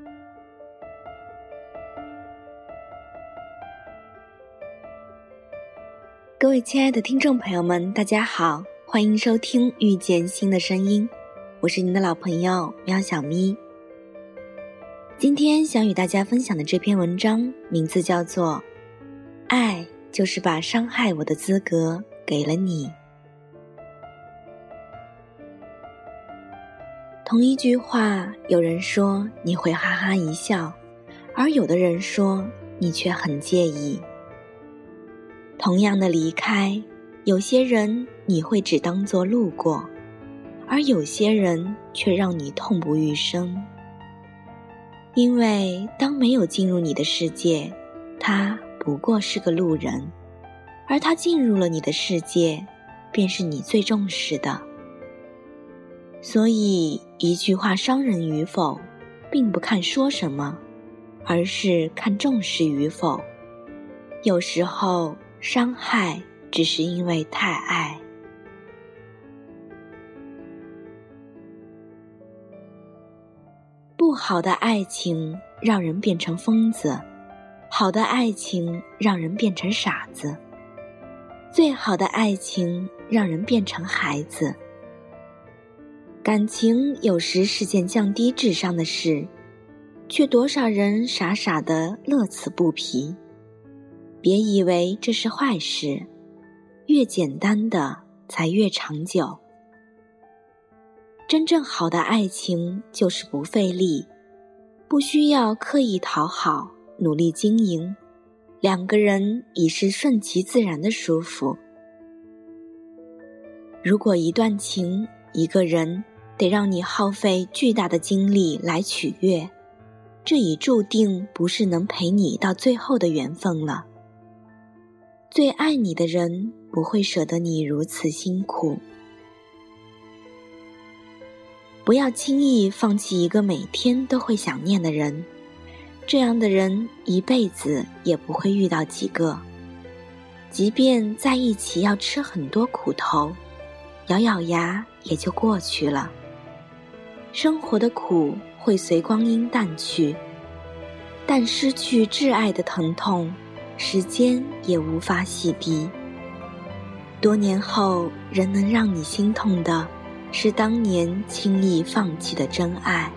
各位亲爱的听众朋友们，大家好，欢迎收听遇见新的声音，我是您的老朋友喵小咪。今天想与大家分享的这篇文章名字叫做《爱就是把伤害我的资格给了你》。同一句话，有人说你会哈哈一笑，而有的人说你却很介意。同样的离开，有些人你会只当作路过，而有些人却让你痛不欲生。因为当没有进入你的世界，他不过是个路人，而他进入了你的世界，便是你最重视的。所以一句话伤人与否，并不看说什么，而是看重视与否。有时候伤害只是因为太爱。不好的爱情让人变成疯子，好的爱情让人变成傻子，最好的爱情让人变成孩子。感情有时是件降低智商的事，却多少人傻傻地乐此不疲。别以为这是坏事，越简单的才越长久。真正好的爱情就是不费力，不需要刻意讨好，努力经营，两个人已是顺其自然的舒服。如果一段情，一个人得让你耗费巨大的精力来取悦，这已注定不是能陪你到最后的缘分了。最爱你的人不会舍得你如此辛苦。不要轻易放弃一个每天都会想念的人，这样的人一辈子也不会遇到几个。即便在一起要吃很多苦头，咬咬牙也就过去了。生活的苦会随光阴淡去，但失去挚爱的疼痛，时间也无法洗涤。多年后，仍能让你心痛的是当年轻易放弃的真爱。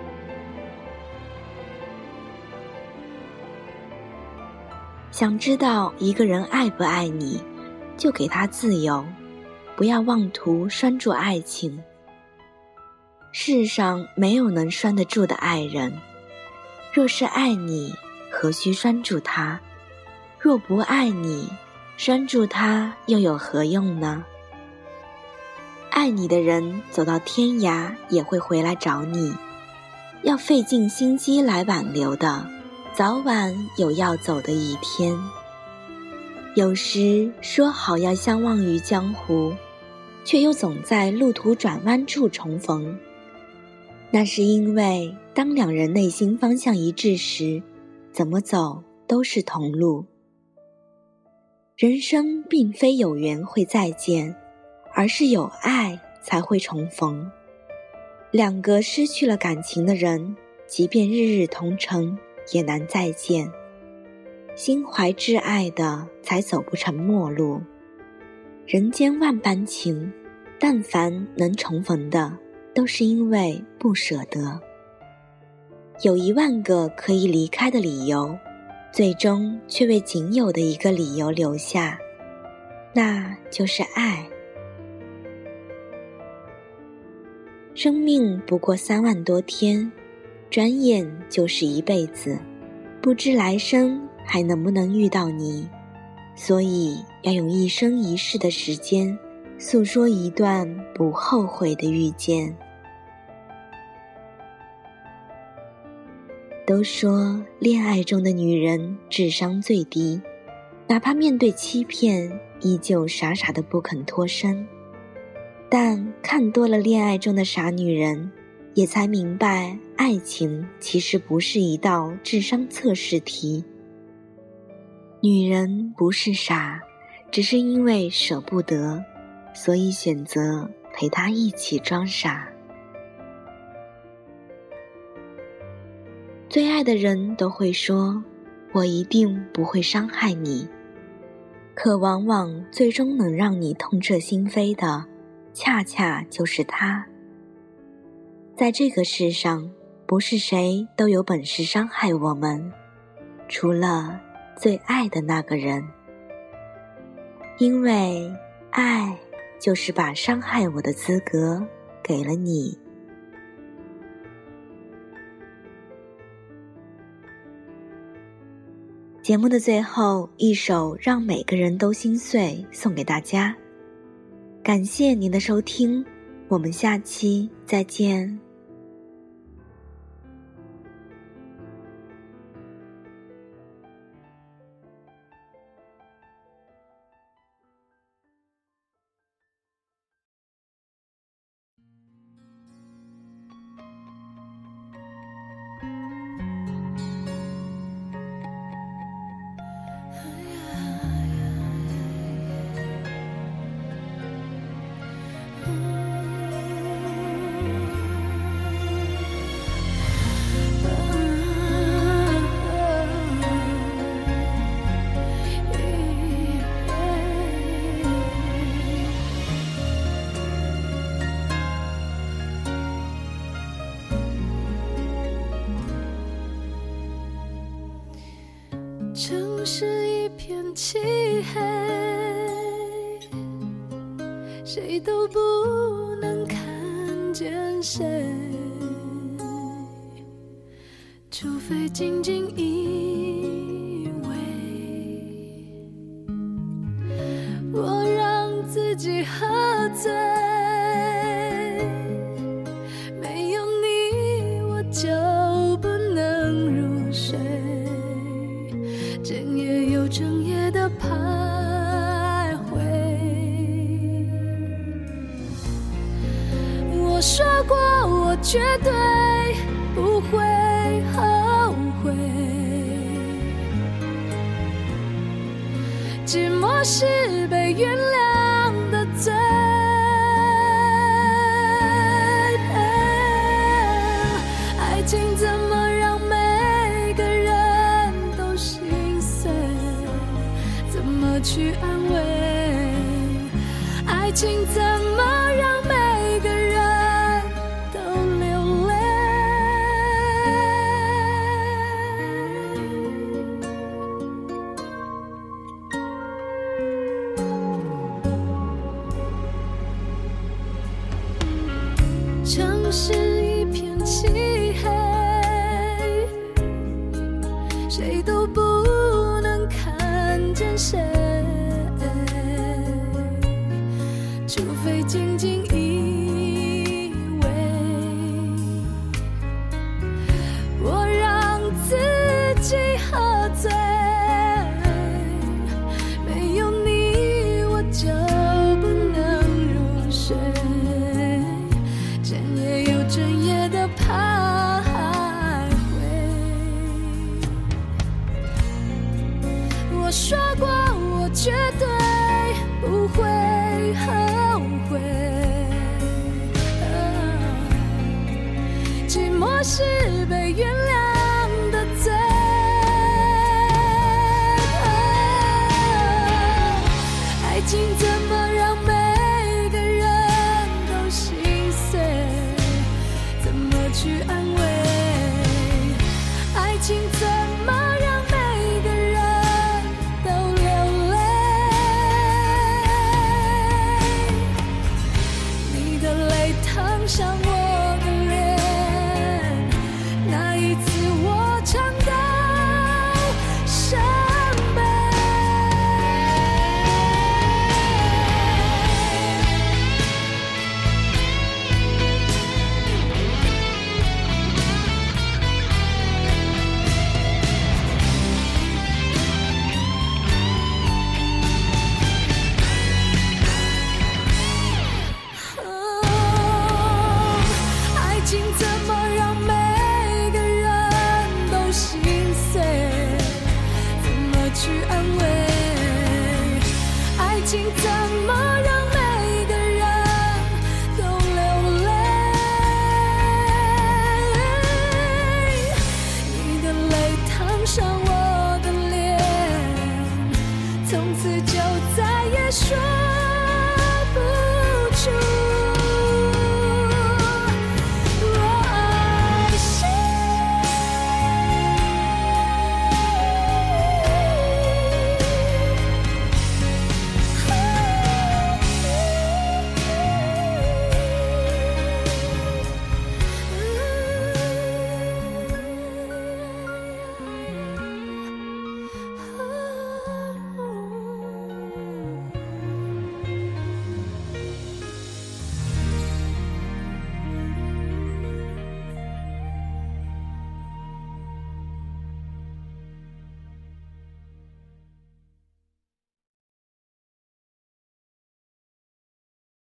想知道一个人爱不爱你，就给他自由，不要妄图拴住爱情。世上没有能拴得住的爱人，若是爱你，何须拴住他？若不爱你，拴住他又有何用呢？爱你的人走到天涯也会回来找你，要费尽心机来挽留的，早晚有要走的一天。有时说好要相忘于江湖，却又总在路途转弯处重逢。那是因为当两人内心方向一致时，怎么走都是同路。人生并非有缘会再见，而是有爱才会重逢。两个失去了感情的人，即便日日同城，也难再见。心怀挚爱的才走不成陌路。人间万般情，但凡能重逢的，都是因为不舍得。有10000个可以离开的理由，最终却为仅有的一个理由留下，那就是爱。生命不过3万多天，转眼就是一辈子，不知来生还能不能遇到你，所以要用一生一世的时间，诉说一段不后悔的遇见。都说恋爱中的女人智商最低，哪怕面对欺骗，依旧傻傻的不肯脱身。但看多了恋爱中的傻女人，也才明白爱情其实不是一道智商测试题。女人不是傻，只是因为舍不得，所以选择陪她一起装傻。 最爱的人都会说，我一定不会伤害你，可往往最终能让你痛彻心扉的，恰恰就是他。在这个世上，不是谁都有本事伤害我们，除了最爱的那个人。因为爱就是把伤害我的资格给了你。节目的最后，一首《让每个人都心碎》送给大家。感谢您的收听，我们下期再见。 城市一片漆黑，谁都不能看见谁，除非仅仅以为我让自己喝醉，没有你我就不能入睡，整夜又整夜的徘徊。我说过我绝对不会后悔，寂寞是被原谅的罪。爱情怎么让每个人都心碎，怎么去安慰？爱情怎么让每个人都流泪？城市一片漆黑，谁都不能看见谁，除非仅仅以为我让自己喝